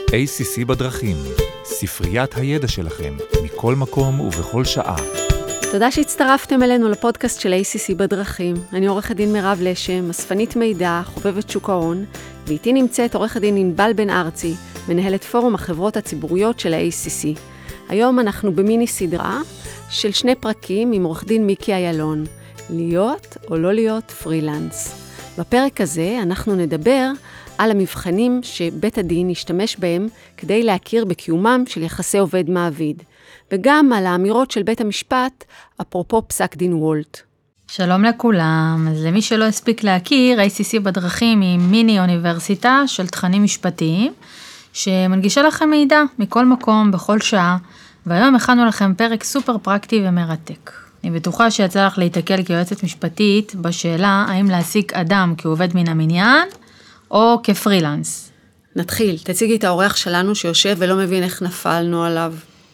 ACC בדרכים, ספריית הידע שלכם, מכל מקום ובכל שעה. תודה שהצטרפתם אלינו לפודקאסט של ACC בדרכים. אני עורכת דין מירב לשם, אספנית מידע, חובבת שוק ההון, ואיתי נמצאת עורכת דין ענבל בן ארצי, מנהלת פורום החברות הציבוריות של ה-ACC. היום אנחנו במיני סדרה של 2 פרקים עם עורך דין מיקי איילון, להיות או לא להיות פרילנס. בפרק הזה אנחנו נדבר על המבחנים שבית הדין ישתמש בהם כדי להכיר בקיומם של יחסי עובד מעביד, וגם על האמירות של בית המשפט אפרופו פסק דין וולט. שלום לכולם, אז למי שלא הספיק להכיר, ACC בדרכים היא מיני אוניברסיטה של תכנים משפטיים, שמנגישה לכם מידע מכל מקום, בכל שעה, והיום הכנו לכם פרק סופר פרקטי ומרתק. אני בטוחה שיצא לך להתקל כיועצת משפטית בשאלה האם להעסיק אדם כעובד מן המניין, או כפרילנס. נתחיל, תציגי את האורח שלנו שיושב ולא מבין איך נפלנו עליו.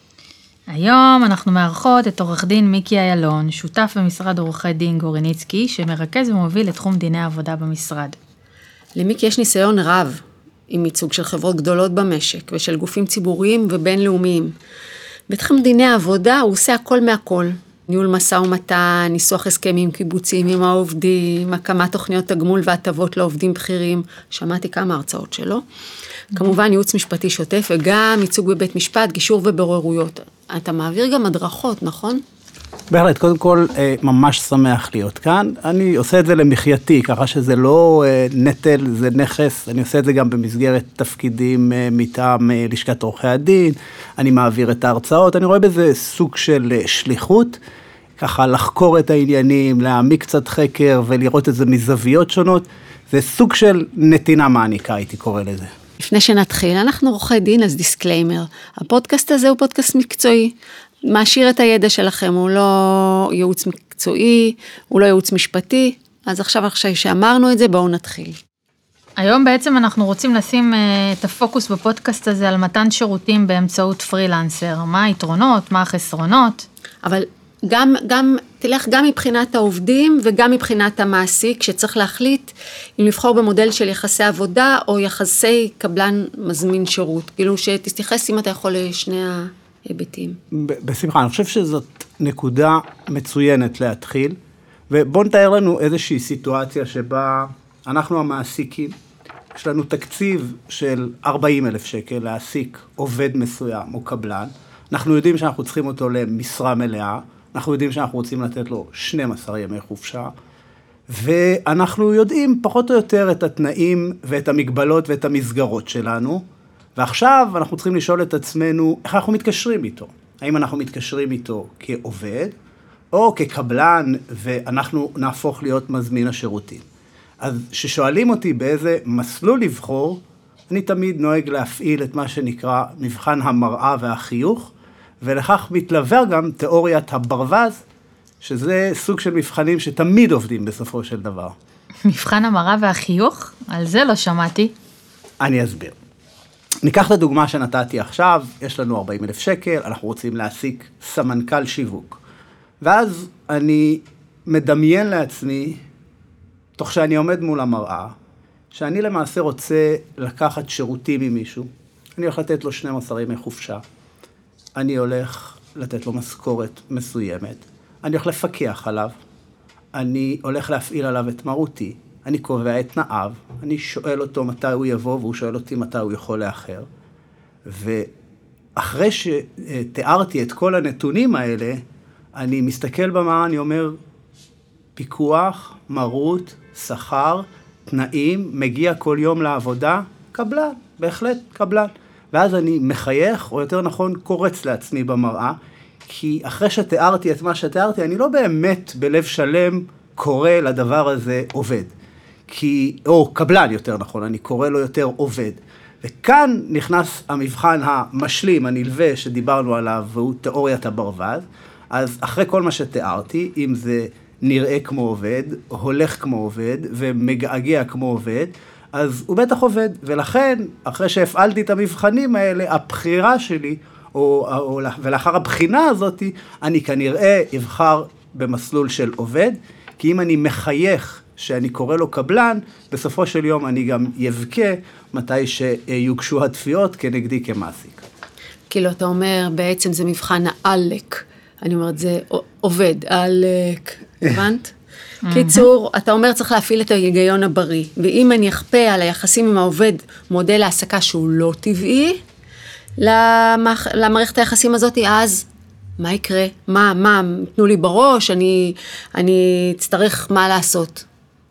היום אנחנו מארחות את עורך דין מיקי איילון, שותף במשרד עורכי דין גוריניצקי, שמרכז ומוביל לתחום דיני העבודה במשרד. למיקי יש ניסיון רב עם ייצוג של חברות גדולות במשק ושל גופים ציבוריים ובינלאומיים. בתחום דיני העבודה הוא עושה הכל מהכל. ניהול משא ומתן, ניסוח הסכמים קיבוציים עם העובדים, הקמת תוכניות תגמול והטבות לעובדים בכירים, שמעתי כמה הרצאות שלו. כמובן ייעוץ משפטי שוטף וגם ייצוג בבית משפט, גישור ובוררויות. אתה מעביר גם הדרכות, נכון? בהחלט, קודם כל ממש שמח להיות כאן. אני עושה את זה למחייתי, ככה שזה לא נטל, זה נכס. אני עושה את זה גם במסגרת תפקידים מטעם לשכת עורכי הדין. אני מעביר את ההרצאות, אני רואה בזה סוג של שליחות, ככה לחקור את העניינים, להעמיק קצת חקר ולראות את זה מזוויות שונות. זה סוג של נתינה מעניקה, הייתי קורא לזה. לפני שנתחיל, אנחנו עורכי דין, אז דיסקליימר. הפודקאסט הזה הוא פודקאסט מקצועי. מעשיר את הידע שלכם, הוא לא ייעוץ מקצועי, הוא לא ייעוץ משפטי, אז עכשיו שאמרנו את זה, בואו נתחיל. היום בעצם אנחנו רוצים לשים את הפוקוס בפודקאסט הזה על מתן שירותים באמצעות פרילנסר. מה היתרונות, מה החסרונות? אבל תלך גם מבחינת העובדים וגם מבחינת המעסיק, שצריך להחליט אם לבחור במודל של יחסי עבודה או יחסי קבלן מזמין שירות. כאילו שתתייחס אם אתה יכול לשני היבטים. בשמחה, אני חושב שזאת נקודה מצוינת להתחיל, ובואו נתאר לנו איזושהי סיטואציה שבה אנחנו המעסיקים, יש לנו תקציב של 40,000 שקל להעסיק עובד מסוים או קבלן, אנחנו יודעים שאנחנו צריכים אותו למשרה מלאה, אנחנו יודעים שאנחנו רוצים לתת לו 12 ימי חופשה, ואנחנו יודעים פחות או יותר את התנאים ואת המגבלות ואת המסגרות שלנו, ועכשיו אנחנו צריכים לשאול את עצמנו איך אנחנו מתקשרים איתו. האם אנחנו מתקשרים איתו כעובד או כקבלן ואנחנו נהפוך להיות מזמין השירותים. אז ששואלים אותי באיזה מסלול לבחור, אני תמיד נוהג להפעיל את מה שנקרא מבחן המראה והחיוך, ולכך מתלווה גם תיאוריית הברווז, שזה סוג של מבחנים שתמיד עובדים בסופו של דבר. מבחן המראה והחיוך? על זה לא שמעתי. אני אסביר. ניקח את הדוגמה שנתתי עכשיו, יש לנו 40,000 שקל, אנחנו רוצים להעסיק סמנכ"ל שיווק. ואז אני מדמיין לעצמי, תוך שאני עומד מול המראה, שאני למעשה רוצה לקחת שירותים ממישהו, אני הולך לתת לו 12 ימי חופשה, אני הולך לתת לו משכורת מסוימת, אני הולך לפקח עליו, אני הולך להפעיל עליו את מרותי, אני קובע את תנאיו, אני שואל אותו מתי הוא יבוא, והוא שואל אותי מתי הוא יכול לאחר. ואחרי שתיארתי את כל הנתונים האלה, אני מסתכל במה, אני אומר, פיקוח, מרות, שכר, תנאים, מגיע כל יום לעבודה, קבלן, בהחלט קבלן. ואז אני מחייך, או יותר נכון, קורץ לעצמי במראה, כי אחרי שתיארתי את מה שתיארתי, אני לא באמת בלב שלם קורא לדבר הזה עובד. או קבלן יותר נכון, אני קורא לו יותר עובד. וכאן נכנס המבחן המשלים, הנלווה שדיברנו עליו, והוא תיאוריית הברווז. אז אחרי כל מה שתיארתי, אם זה נראה כמו עובד, הולך כמו עובד, ומגעגע כמו עובד, אז הוא בטח עובד. ולכן, אחרי שהפעלתי את המבחנים האלה, הבחירה שלי, ולאחר הבחינה הזאת, אני כנראה אבחר במסלול של עובד, כי אם אני מחייך שאני קורא לו קבלן, בסופו של יום אני גם יבכה מתי שיוגשו התביעות כנגדי כמעסיק. כאילו אתה אומר, בעצם זה מבחן העלק. אני אומרת, זה עובד, העלק. הבנת? קיצור, אתה אומר צריך להפעיל את ההיגיון הבריא, ואם אני אכפה על היחסים עם העובד מודל העסקה שהוא לא טבעי, למערכת היחסים הזאת, אז מה יקרה? מה, תנו לי בראש, אני אצטרך מה לעשות.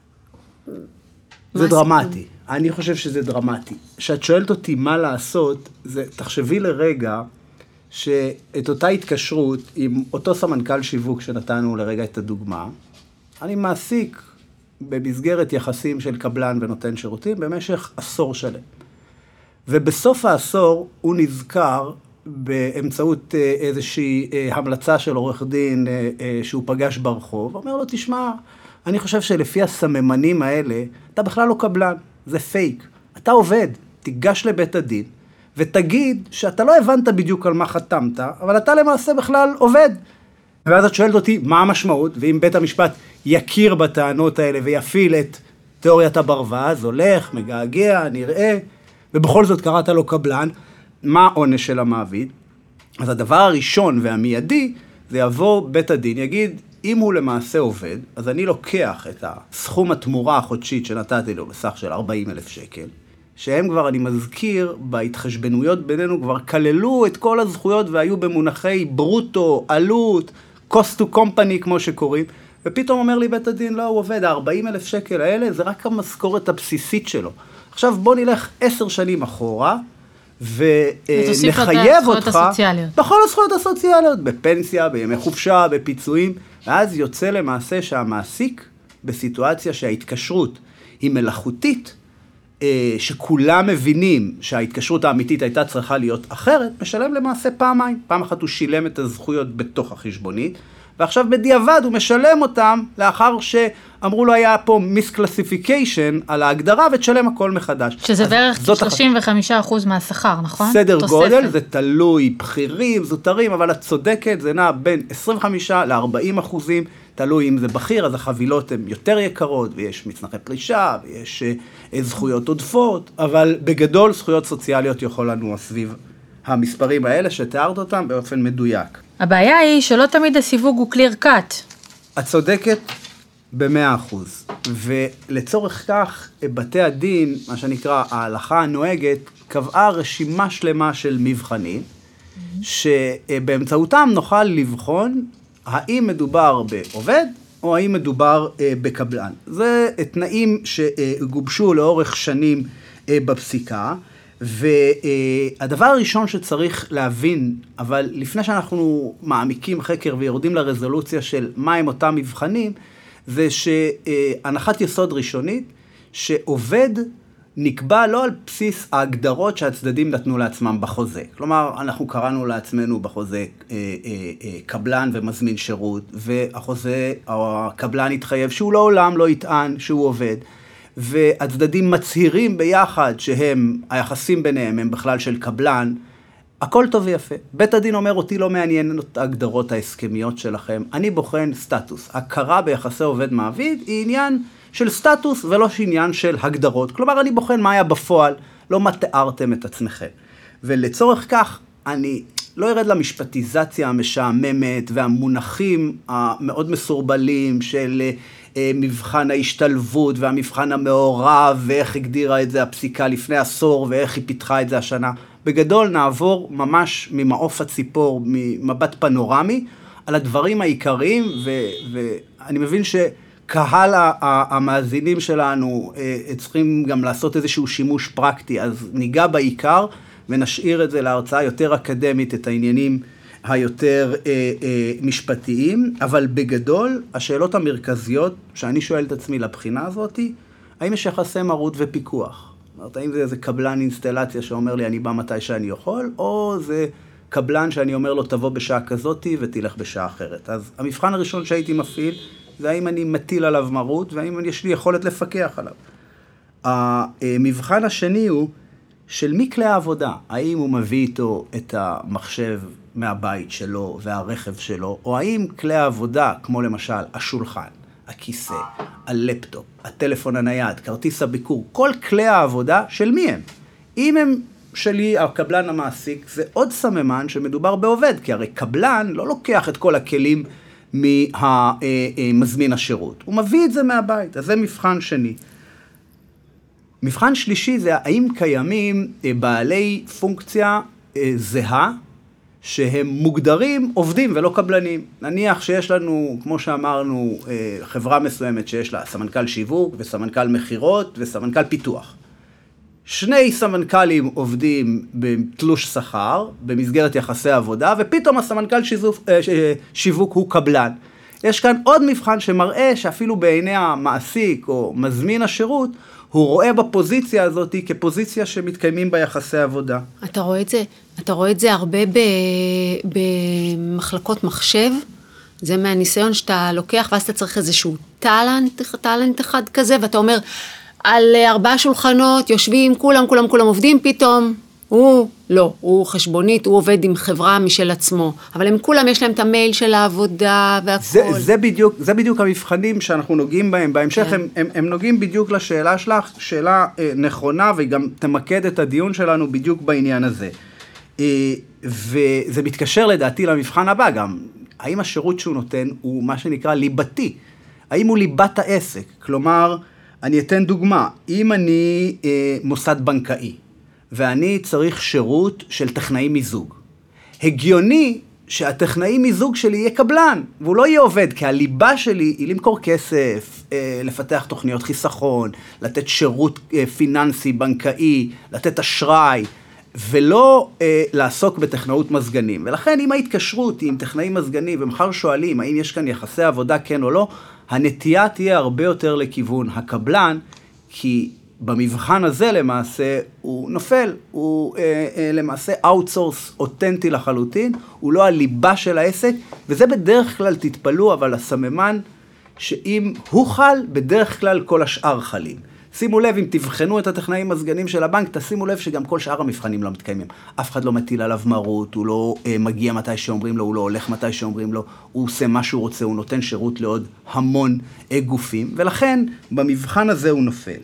זה דרמטי. אני חושב שזה דרמטי. כשאת שואלת אותי מה לעשות, תחשבי לרגע שאת אותה התקשרות עם אותו סמנכ"ל שיווק שנתנו לרגע את הדוגמה, אני מעסיק במסגרת יחסים של קבלן ונותן שירותים במשך עשור שלם. ובסוף העשור הוא נזכר באמצעות איזושהי המלצה של עורך דין שהוא פגש ברחוב, אומר לו, תשמע, אני חושב שלפי הסממנים האלה, אתה בכלל לא קבלן, זה פייק. אתה עובד, תיגש לבית הדין, ותגיד שאתה לא הבנת בדיוק על מה חתמת, אבל אתה למעשה בכלל עובד. ואז את שואלת אותי, מה המשמעות? ואם בית המשפט יכיר בטענות האלה ויפעיל את תיאוריית הברווז, הולך, מגעגע, נראה, ובכל זאת קראת לו קבלן, מה העונש של המעביד? אז הדבר הראשון והמיידי, זה יבוא בית הדין, יגיד, אם הוא למעשה עובד, אז אני לוקח את הסכום התמורה החודשית שנתתי לו בסך של 40,000 שקל, שהם כבר, אני מזכיר, בהתחשבנויות בינינו כבר כללו את כל הזכויות והיו במונחי ברוטו, עלות, cost to company כמו שקוראים, ופתאום אומר לי בית הדין, לא, הוא עובד, 40,000 שקל האלה זה רק המשכורת הבסיסית שלו. עכשיו בוא נלך 10 שנים אחורה, ונחייב אותך בכל הזכויות הסוציאליות, בפנסיה, בימי חופשה, בפיצויים, ואז יוצא למעשה שהמעסיק בסיטואציה שההתקשרות היא מלאכותית, שכולם מבינים שההתקשרות האמיתית הייתה צריכה להיות אחרת, משלם למעשה פעמיים. פעם אחת הוא שילם את הזכויות בתוך החשבונית, ועכשיו בדיעבד הוא משלם אותם לאחר שאמרו לו היה פה מיסקלסיפיקיישן על ההגדרה ותשלם הכל מחדש. שזה בערך 35% מהשכר, נכון? סדר גודל, זה תלוי בכירים, זוטרים, אבל את צודקת, זה נע בין 25 ל-40%, תלוי אם זה בכיר, אז החבילות הן יותר יקרות, ויש מצנחי פרישה, ויש זכויות עודפות, אבל בגדול זכויות סוציאליות יכול לנו סביב המספרים האלה שתיארת אותם באופן מדויק. הבעיה היא שלא תמיד הסיווג הוא clear cut. את צודקת ב100%. ולצורך כך, בתי הדין, מה שנקרא ההלכה הנוהגת, קבעה רשימה שלמה של מבחנים, שבאמצעותם נוכל לבחון האם מדובר בעובד, או האם מדובר בקבלן. זה תנאים שגובשו לאורך שנים בפסיקה, והדבר הראשון שצריך להבין, אבל לפני שאנחנו מעמיקים חקר ויורדים לרזולוציה של מה הם אותם מבחנים, זה שהנחת יסוד ראשונית, שעובד נקבע לא על בסיס ההגדרות שהצדדים נתנו לעצמם בחוזה. כלומר, אנחנו קראנו לעצמנו בחוזה קבלן ומזמין שירות, והחוזה, או הקבלן התחייב שהוא לעולם לא יטען שהוא עובד, והצדדים מצהירים ביחד שהם, היחסים ביניהם הם בכלל של קבלן, הכל טוב ויפה. בית הדין אומר, אותי לא מעניין את ההגדרות ההסכמיות שלכם, אני בוחן סטטוס. הכרה ביחסי עובד מעביד היא עניין של סטטוס ולא עניין של הגדרות. כלומר, אני בוחן מה היה בפועל, לא מה תיארתם את עצמכם. ולצורך כך, אני לא ירד למשפטיזציה המשעממת והמונחים המאוד מסורבלים של מבחן ההשתלבות והמבחן המעורב, ואיך הגדירה את זה הפסיקה לפני עשור, ואיך היא פיתחה את זה השנה. בגדול נעבור ממש ממעוף הציפור, ממבט פנורמי, על הדברים העיקריים, ואני מבין שקהל המאזינים שלנו צריכים גם לעשות איזשהו שימוש פרקטי, אז ניגע בעיקר, ונשאיר את זה להרצאה יותר אקדמית, את העניינים היותר משפטיים, אבל בגדול, השאלות המרכזיות שאני שואל את עצמי לבחינה הזאת, האם יש יחסי מרות ופיקוח? זאת אומרת, האם זה איזה קבלן אינסטלציה שאומר לי אני בא מתי שאני יכול, או זה קבלן שאני אומר לו תבוא בשעה כזאת ותלך בשעה אחרת. אז המבחן הראשון שהייתי מפעיל, זה האם אני מטיל עליו מרות, והאם יש לי יכולת לפקח עליו. המבחן השני הוא של מי כלי העבודה, האם הוא מביא איתו את המחשב מהבית שלו והרכב שלו, או האם כלי העבודה, כמו למשל השולחן, הכיסא, הלפטופ, הטלפון הנייד, כרטיס הביקור, כל כלי העבודה של מי הם? אם הם שלי, הקבלן המעסיק, זה עוד סממן שמדובר בעובד, כי הרי קבלן לא לוקח את כל הכלים מהמזמין השירות. הוא מביא את זה מהבית, אז זה מבחן שני. מבחן שלישי זה האם קיימים בעלי פונקציה זהה, שהם מוגדרים עובדים ולא קבלנים. נניח שיש לנו, כמו שאמרנו, חברה מסוימת שיש לה סמנכ"ל שיווק וסמנכ"ל מחירות וסמנכ"ל פיתוח. שני סמנכ"לים עובדים בתלוש שכר, במסגרת יחסי עבודה, ופתאום הסמנכ"ל שיווק הוא קבלן. יש כאן עוד מבחן שמראה שאפילו בעיני המעסיק או מזמין השירות, הוא רואה בפוזיציה הזאת כפוזיציה שמתקיימים ביחסי עבודה. אתה רואה את זה הרבה במחלקות מחשב, זה מהניסיון שאתה לוקח, ואז אתה צריך איזשהו טלנט אחד כזה, ואתה אומר, על 4 שולחנות יושבים, כולם עובדים, פתאום הוא חשבונית, הוא עובד עם חברה משל עצמו, אבל הם כולם יש להם את המייל של העבודה והכל. זה בדיוק המבחנים שאנחנו נוגעים בהם, בהמשך הם נוגעים בדיוק לשאלה שלך, שאלה נכונה, וגם תמקד את הדיון שלנו בדיוק בעניין הזה. וזה מתקשר לדעתי למבחן הבא גם, האם השירות שהוא נותן הוא מה שנקרא ליבתי, האם הוא ליבת העסק, כלומר, אני אתן דוגמה, אם אני מוסד בנקאי, ואני צריך שירות של טכנאי מיזוג, הגיוני שהטכנאי מיזוג שלי יהיה קבלן, והוא לא יהיה עובד, כי הליבה שלי היא למכור כסף, לפתח תוכניות חיסכון, לתת שירות פיננסי, בנקאי, לתת אשראי, ולא לעסוק בטכנאות מזגנים. ולכן אם ההתקשרות היא עם טכנאי מזגנים, ומחר שואלים האם יש כאן יחסי עבודה כן או לא, הנטייה תהיה הרבה יותר לכיוון הקבלן, כי במבחן הזה למעשה הוא נופל, הוא למעשה אאוטסורס אותנטי לחלוטין, הוא לא הליבה של העסק, וזה בדרך כלל תתפלו, אבל הסממן שאם הוא חל, בדרך כלל כל השאר חלים. שימו לב, אם תבחנו את הטכנאים הסגנים של הבנק, תשימו לב שגם כל שאר המבחנים לא מתקיימים. אף אחד לא מטיל עליו מרות, הוא לא מגיע מתי שאומרים לו, הוא לא הולך מתי שאומרים לו, הוא עושה מה שהוא רוצה, הוא נותן שירות לעוד המון גופים, ולכן במבחן הזה הוא נופל.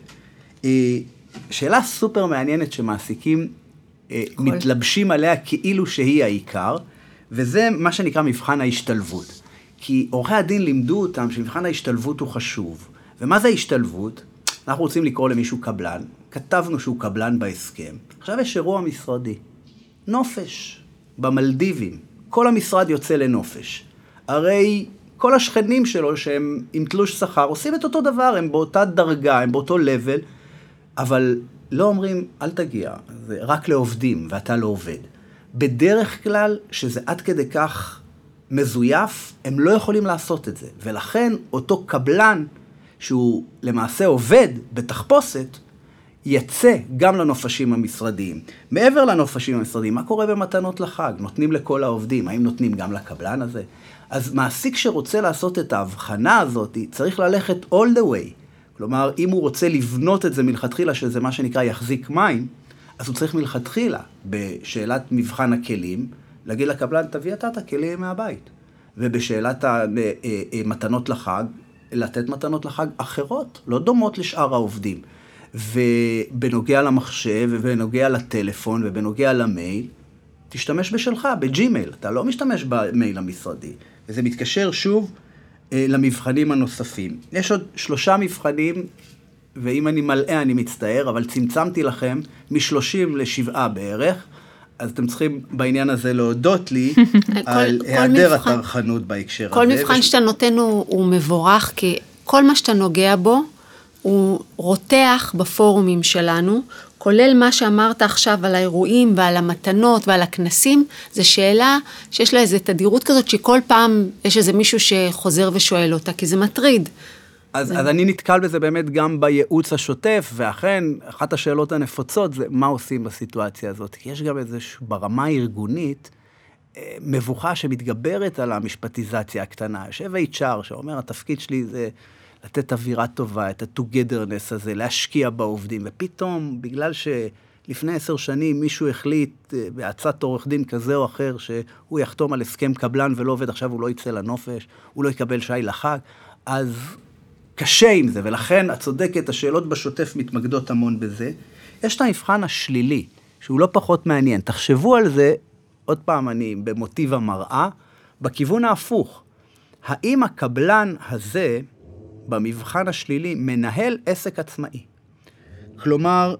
שאלה סופר מעניינת שמעסיקים מתלבשים עליה כאילו שהיא העיקר, וזה מה שנקרא מבחן ההשתלבות. כי עורכי הדין לימדו אותם שמבחן ההשתלבות הוא חשוב. ומה זה ההשתלבות? אנחנו רוצים לקרוא למישהו קבלן, כתבנו שהוא קבלן בהסכם. עכשיו יש אירוע משרדי, נופש, במלדיבים. כל המשרד יוצא לנופש. הרי כל השכנים שלו שהם עם תלוש שכר עושים את אותו דבר, הם באותה דרגה, הם באותו לבל, אבל לא אומרים, אל תגיע, זה רק לעובדים ואתה לא עובד. בדרך כלל, שזה עד כדי כך מזויף, הם לא יכולים לעשות את זה. ולכן אותו קבלן, שהוא למעשה עובד בתחפושת, יצא גם לנופשים המשרדיים. מעבר לנופשים המשרדיים, מה קורה במתנות לחג? נותנים לכל העובדים, האם נותנים גם לקבלן הזה? אז מעסיק שרוצה לעשות את ההבחנה הזאת, צריך ללכת all the way. כלומר, אם הוא רוצה לבנות את זה מלכתחילה, שזה מה שנקרא יחזיק מים, אז הוא צריך מלכתחילה, בשאלת מבחן הכלים, להגיד לקבלן, תביא אתה את הכלים מהבית. ובשאלת המתנות לחג, לתת מתנות לחג אחרות, לא דומות לשאר העובדים. ובנוגע למחשב, ובנוגע לטלפון, ובנוגע למייל, תשתמש בשלך, בג'ימייל. אתה לא משתמש במייל המשרדי. וזה מתקשר שוב למבחנים הנוספים. יש עוד 3 מבחנים, ואם אני מלאה אני מצטער, אבל צמצמתי לכם מ-30 ל7 בערך, אז אתם צריכים בעניין הזה להודות לי על היעדר התרחנות בהקשר הזה. כל מבחן שאתה נותן הוא מבורך, כי כל מה שאתה נוגע בו, הוא רותח בפורומים שלנו, כולל מה שאמרת עכשיו על האירועים ועל המתנות ועל הכנסים, זו שאלה שיש לה איזו תדירות כזאת, שכל פעם יש איזה מישהו שחוזר ושואל אותה, כי זה מטריד. אז אני נתקל בזה באמת גם בייעוץ השוטף, ואכן, אחת השאלות הנפוצות זה מה עושים בסיטואציה הזאת. כי יש גם איזושהי ברמה הארגונית, מבוכה שמתגברת על המשפטיזציה הקטנה. יושב HR שאומר, התפקיד שלי זה לתת אווירה טובה, את ה-togetherness הזה, להשקיע בעובדים, ופתאום, בגלל שלפני 10 שנים מישהו החליט בהצעת עורך דין כזה או אחר, שהוא יחתום על הסכם קבלן ולא עובד, עכשיו הוא לא יצא לנופש, הוא לא יקבל שי לחג, אז קשה עם זה, ולכן את צודקת, השאלות בשוטף מתמקדות המון בזה. יש את המבחן השלילי, שהוא לא פחות מעניין. תחשבו על זה, עוד פעם אני במוטיב המראה, בכיוון ההפוך. האם הקבלן הזה, במבחן השלילי, מנהל עסק עצמאי? כלומר,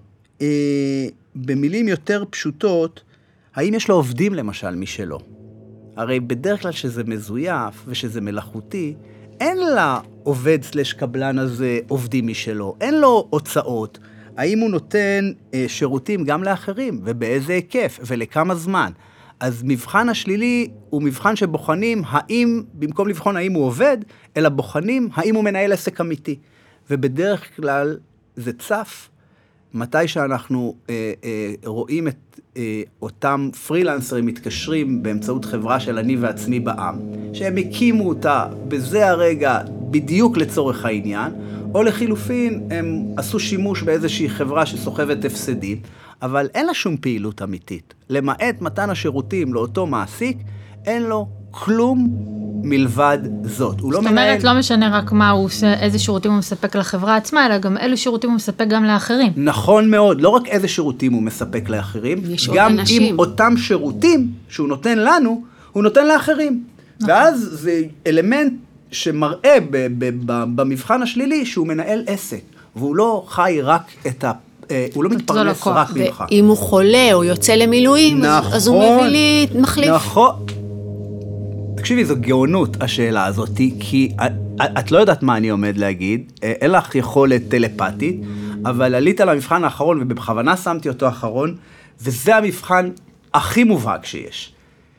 במילים יותר פשוטות, האם יש לו עובדים למשל משלו? הרי בדרך כלל שזה מזויף ושזה מלאכותי, אין לעובד/קבלן הזה עובדים משלו, אין לו הוצאות. האם הוא נותן שירותים גם לאחרים, ובאיזה היקף, ולכמה זמן? אז מבחן השלילי הוא מבחן שבוחנים האם, במקום לבחון האם הוא עובד, אלא בוחנים האם הוא מנהל עסק אמיתי. ובדרך כלל זה צף, מתי שאנחנו רואים את אותם פרילנסרים מתקשרים באמצעות חברה של אני ועצמי בעם, שהם הקימו אותה בזה הרגע בדיוק לצורך העניין, או לחילופין הם עשו שימוש באיזושהי חברה שסוחבת הפסדים, אבל אין לה שום פעילות אמיתית. למעט מתן השירותים לאותו מעסיק, אין לו כלום מלבד זאת. זאת אומרת, לא משנה רק מה הוא עושה, איזה שירותים הוא מספק לחברה עצמה, אלא גם אילו שירותים הוא מספק גם לאחרים. נכון מאוד, לא רק איזה שירותים הוא מספק לאחרים, גם אם אותם שירותים שהוא נותן לנו, הוא נותן לאחרים. ואז זה אלמנט שמראה במבחן השלילי שהוא מנהל עסק, והוא לא חי רק את הוא לא מתפרנס רק ממך. ואם הוא חולה או יוצא למילואים, אז הוא מביא לי מחליף. נכון. תקשיבי, זו גאונות השאלה הזאת, כי את לא יודעת מה אני עומד להגיד, אין לך יכולת טלפתית, אבל עלית על המבחן האחרון, ובכוונה שמתי אותו האחרון, וזה המבחן הכי מובהק שיש.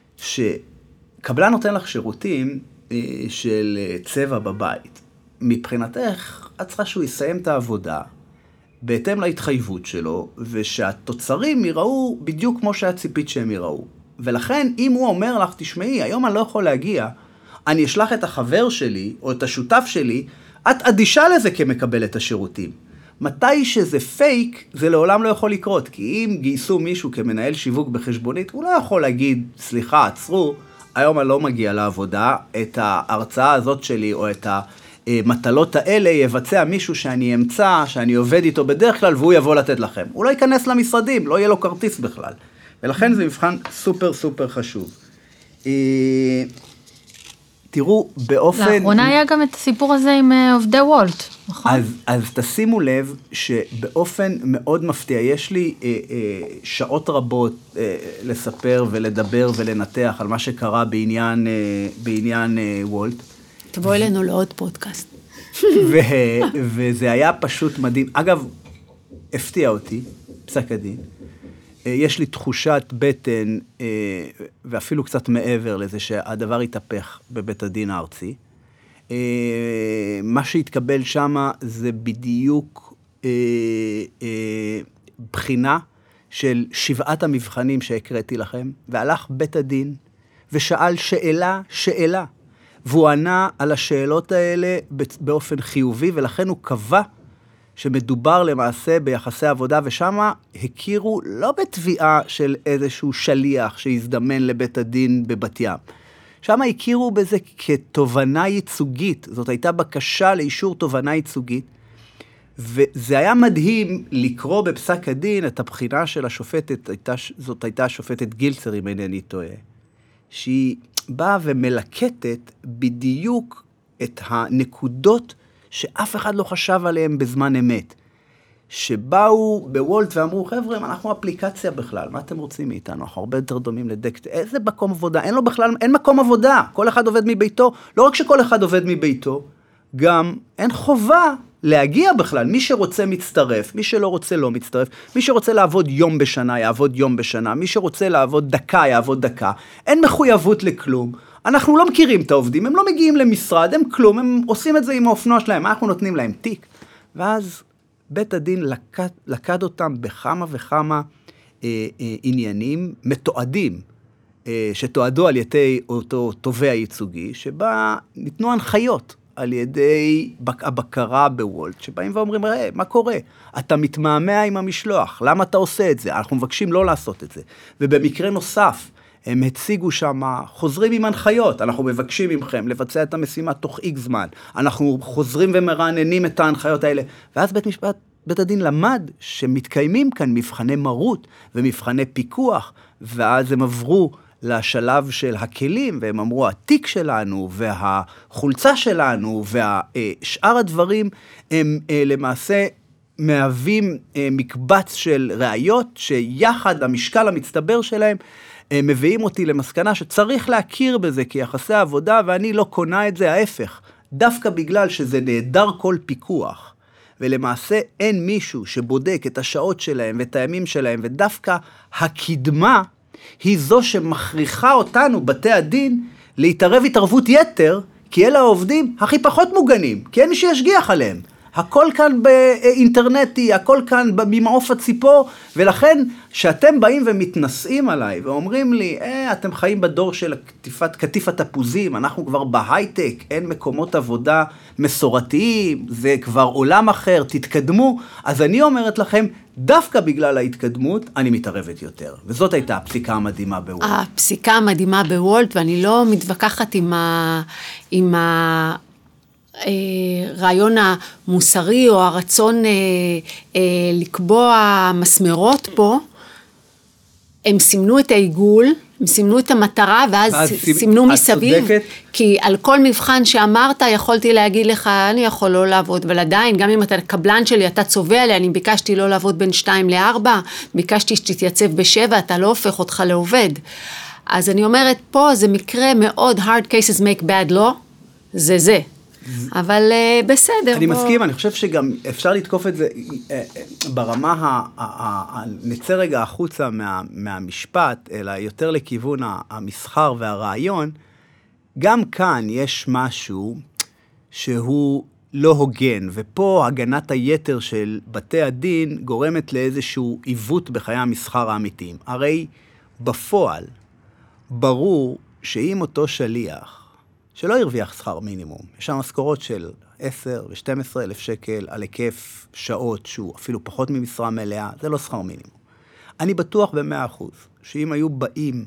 שקבלן נותן לך שירותים של צבע בבית. מבחינתך, את צריכה שהוא יסיים את העבודה, בהתאם להתחייבות שלו, ושהתוצרים ייראו בדיוק כמו שהציפית שהם ייראו. ולכן, אם הוא אומר לך, תשמעי, היום אני לא יכול להגיע, אני אשלח את החבר שלי, או את השותף שלי, את אדישה לזה כמקבל את השירותים. מתי שזה פייק, זה לעולם לא יכול לקרות, כי אם גייסו מישהו כמנהל שיווק בחשבונית, הוא לא יכול להגיד, סליחה, עצרו, היום אני לא מגיע לעבודה, את ההרצאה הזאת שלי, או את המטלות האלה, יבצע מישהו שאני אמצא, שאני עובד איתו בדרך כלל, והוא יבוא לתת לכם. הוא לא ייכנס למשרדים, לא יהיה לו כרטיס בכלל. ולכן זה מבחן סופר סופר חשוב. תראו, באופן... לאחרונה היה גם את הסיפור הזה עם עובדי וולט, נכון? אז תשימו לב שבאופן מאוד מפתיע, יש לי שעות רבות לספר ולדבר ולנתח על מה שקרה בעניין וולט. תבוא אלינו לעוד פודקאסט. וזה היה פשוט מדהים. אגב, הפתיע אותי, פסק הדין. יש לי תחושת בטן, ואפילו קצת מעבר לזה, שהדבר התהפך בבית הדין הארצי. מה שהתקבל שם זה בדיוק בחינה של 7 המבחנים שהקראתי לכם, והלך בית הדין ושאל שאלה, והוא ענה על השאלות האלה באופן חיובי, ולכן הוא קבע שמדובר למעשה ביחסי עבודה, ושם הכירו לא בתביעה של איזשהו שליח שהזדמן לבית הדין בבת ים. שם הכירו בזה כתובנה ייצוגית, זאת הייתה בקשה לאישור תובנה ייצוגית, וזה היה מדהים לקרוא בפסק הדין את הבחינה של השופטת, זאת הייתה השופטת גילצר, אם אינני טועה, שהיא באה ומלקטת בדיוק את הנקודות שאף אחד לא חשב עליהם בזמן אמת. שבאו בוולט ואמרו, חבר'ה, אנחנו אפליקציה בכלל, מה אתם רוצים מאיתנו? אנחנו הרבה יותר דומים לדקט, איזה מקום עבודה? אין לו בכלל, אין מקום עבודה, כל אחד עובד מביתו, לא רק שכל אחד עובד מביתו, גם אין חובה להגיע בכלל, מי שרוצה מצטרף, מי שלא רוצה לא מצטרף, מי שרוצה לעבוד יום בשנה, יעבוד יום בשנה, מי שרוצה לעבוד דקה, יעבוד דקה, אין מחויבות לכלום, אנחנו לא מכירים את העובדים, הם לא מגיעים למשרד, הם כלום, הם עושים את זה עם האופנוע שלהם, אנחנו נותנים להם תיק, ואז בית הדין לקד אותם בכמה וכמה עניינים מתועדים, שתועדו על ידי אותו תובע ייצוגי, שבה ניתנו הנחיות על ידי הבקרה בוולט, שבאים ואומרים, ראה, מה קורה? אתה מתמהמה עם המשלוח, למה אתה עושה את זה? אנחנו מבקשים לא לעשות את זה. ובמקרה נוסף, הם הציגו שם, חוזרים עם הנחיות, אנחנו מבקשים מכם לבצע את המשימה תוך X זמן, אנחנו חוזרים ומרעננים את ההנחיות האלה, ואז בית הדין למד שמתקיימים כאן מבחני מרות ומבחני פיקוח, ואז הם עברו לשלב של הכלים, והם אמרו, התיק שלנו והחולצה שלנו ושאר הדברים הם למעשה מהווים מקבץ של ראיות, שיחד המשקל המצטבר שלהם מביאים אותי למסקנה שצריך להכיר בזה כיחסי עבודה, ואני לא קונה את זה, ההפך. דווקא בגלל שזה נהדר כל פיקוח, ולמעשה אין מישהו שבודק את השעות שלהם ואת הימים שלהם, ודווקא הקדמה היא זו שמכריחה אותנו, בתי הדין, להתערב התערבות יתר, כי אלה העובדים הכי פחות מוגנים, כי אין מי שישגיח עליהם. הכל כאן באינטרנטי, הכל כאן ממעוף הציפור, ולכן שאתם באים ומתנסים עליי, ואומרים לי, אתם חיים בדור של כתיף התפוזים, אנחנו כבר בהייטק, אין מקומות עבודה מסורתיים, זה כבר עולם אחר, תתקדמו, אז אני אומרת לכם, דווקא בגלל ההתקדמות, אני מתערבת יותר. וזאת הייתה הפסיקה המדהימה בוולט. הפסיקה המדהימה בוולט, ואני לא מתווכחת עם הרעיון המוסרי, או הרצון לקבוע מסמרות פה, הם סימנו את העיגול, הם סימנו את המטרה, ואז סימנו מסביב, כי על כל מבחן שאמרת, יכולתי להגיד לך, אני יכול לא לעבוד, אבל עדיין, גם אם אתה קבלן שלי, אתה צובע לי, אני ביקשתי לא לעבוד בין 2 ל-4, ביקשתי שתתייצב ב-7, אתה לא הופך אותך לעובד. אז אני אומרת, פה זה מקרה מאוד, hard cases make bad law, זה. אבל בסדר. אני מסכים, אני חושב שגם אפשר לתקוף את זה ברמה, נצא רגע החוצה מהמשפט, אלא יותר לכיוון המסחר והרעיון. גם כאן יש משהו שהוא לא הוגן, ופה הגנת היתר של בתי הדין גורמת לאיזשהו עיוות בחיי המסחר האמיתיים. הרי בפועל ברור שאם אותו שליח שלא הרוויח שכר מינימום, יש שם משכורות של 10 ו-12 אלף שקל על היקף שעות שהוא אפילו פחות ממשרה מלאה, זה לא שכר מינימום. אני בטוח ב100% שאם היו באים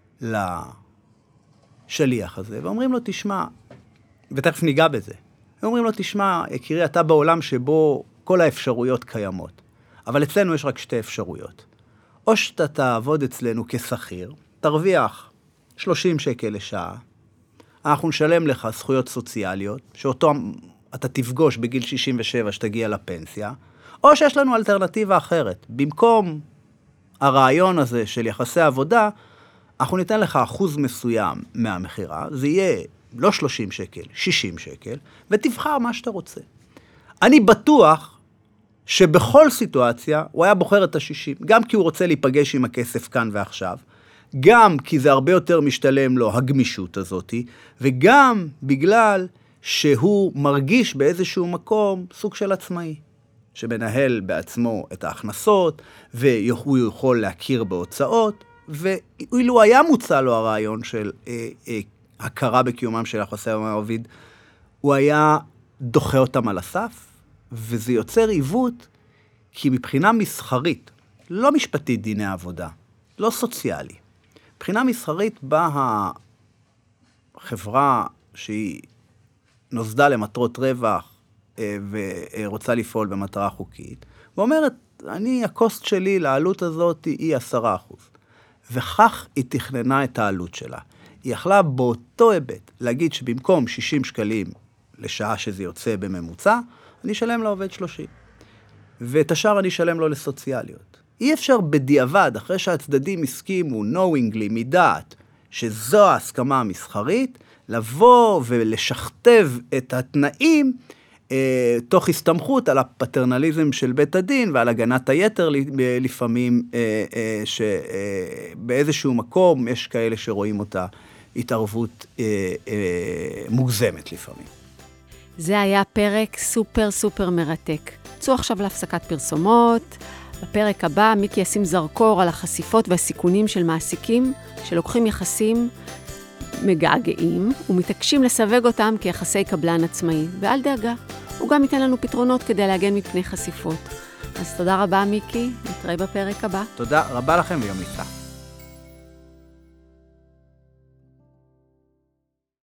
לשליח הזה ואומרים לו תשמע, ותכף ניגע בזה, ואומרים לו תשמע, יקירי, אתה בעולם שבו כל האפשרויות קיימות, אבל אצלנו יש רק 2 אפשרויות. או שאתה תעבוד אצלנו כשכיר, תרוויח 30 שקל לשעה, אנחנו נשלם לך זכויות סוציאליות, שאותו אתה תפגוש בגיל 67 שתגיע לפנסיה, או שיש לנו אלטרנטיבה אחרת. במקום הרעיון הזה של יחסי עבודה, אנחנו ניתן לך אחוז מסוים מהמחירה, זה יהיה לא 30 שקל, 60 שקל, ותבחר מה שאתה רוצה. אני בטוח שבכל סיטואציה הוא היה בוחר את ה-60, גם כי הוא רוצה להיפגש עם הכסף כאן ועכשיו, גם כי זה הרבה יותר משתלם לו הגמישות הזאת, וגם בגלל שהוא מרגיש באיזשהו מקום סוג של עצמאי, שמנהל בעצמו את ההכנסות, והוא יכול להכיר בהוצאות, ואילו היה מוצא לו הרעיון של הכרה בקיומם של יחסי המעביד, הוא היה דוחה אותם על הסף, וזה יוצר עיוות, כי מבחינה מסחרית, לא משפטית דיני עבודה, לא סוציאלי, מבחינה מסחרית באה החברה שהיא נוסדה למטרות רווח ורוצה לפעול במטרה חוקית, ואומרת, הקוסט שלי לעלות הזאת היא 10%. וכך היא תכננה את העלות שלה. היא יכלה באותו היבט להגיד שבמקום 60 שקלים לשעה שזה יוצא בממוצע, אני אשלם לעובד 30. ואת השאר אני אשלם לו לסוציאליות. אי אפשר בדיעבד, אחרי שהצדדים הסכימו, knowingly, מדעת, שזו ההסכמה המסחרית, לבוא ולשכתב את התנאים, תוך הסתמכות על הפטרנליזם של בית הדין, ועל הגנת היתר לפעמים, שבאיזשהו מקום יש כאלה שרואים אותה התערבות מוגזמת לפעמים. זה היה פרק סופר סופר מרתק. צאו עכשיו להפסקת פרסומות. בפרק הבא מיקי ישים זרקור על החשיפות והסיכונים של מעסיקים שלוקחים יחסים מגעגעים ומתעקשים לסווג אותם כיחסי קבלן עצמאי. ואל דאגה, הוא גם ייתן לנו פתרונות כדי להגן מפני חשיפות. אז תודה רבה מיקי, נתראה בפרק הבא. תודה רבה לכם ויום נפלא.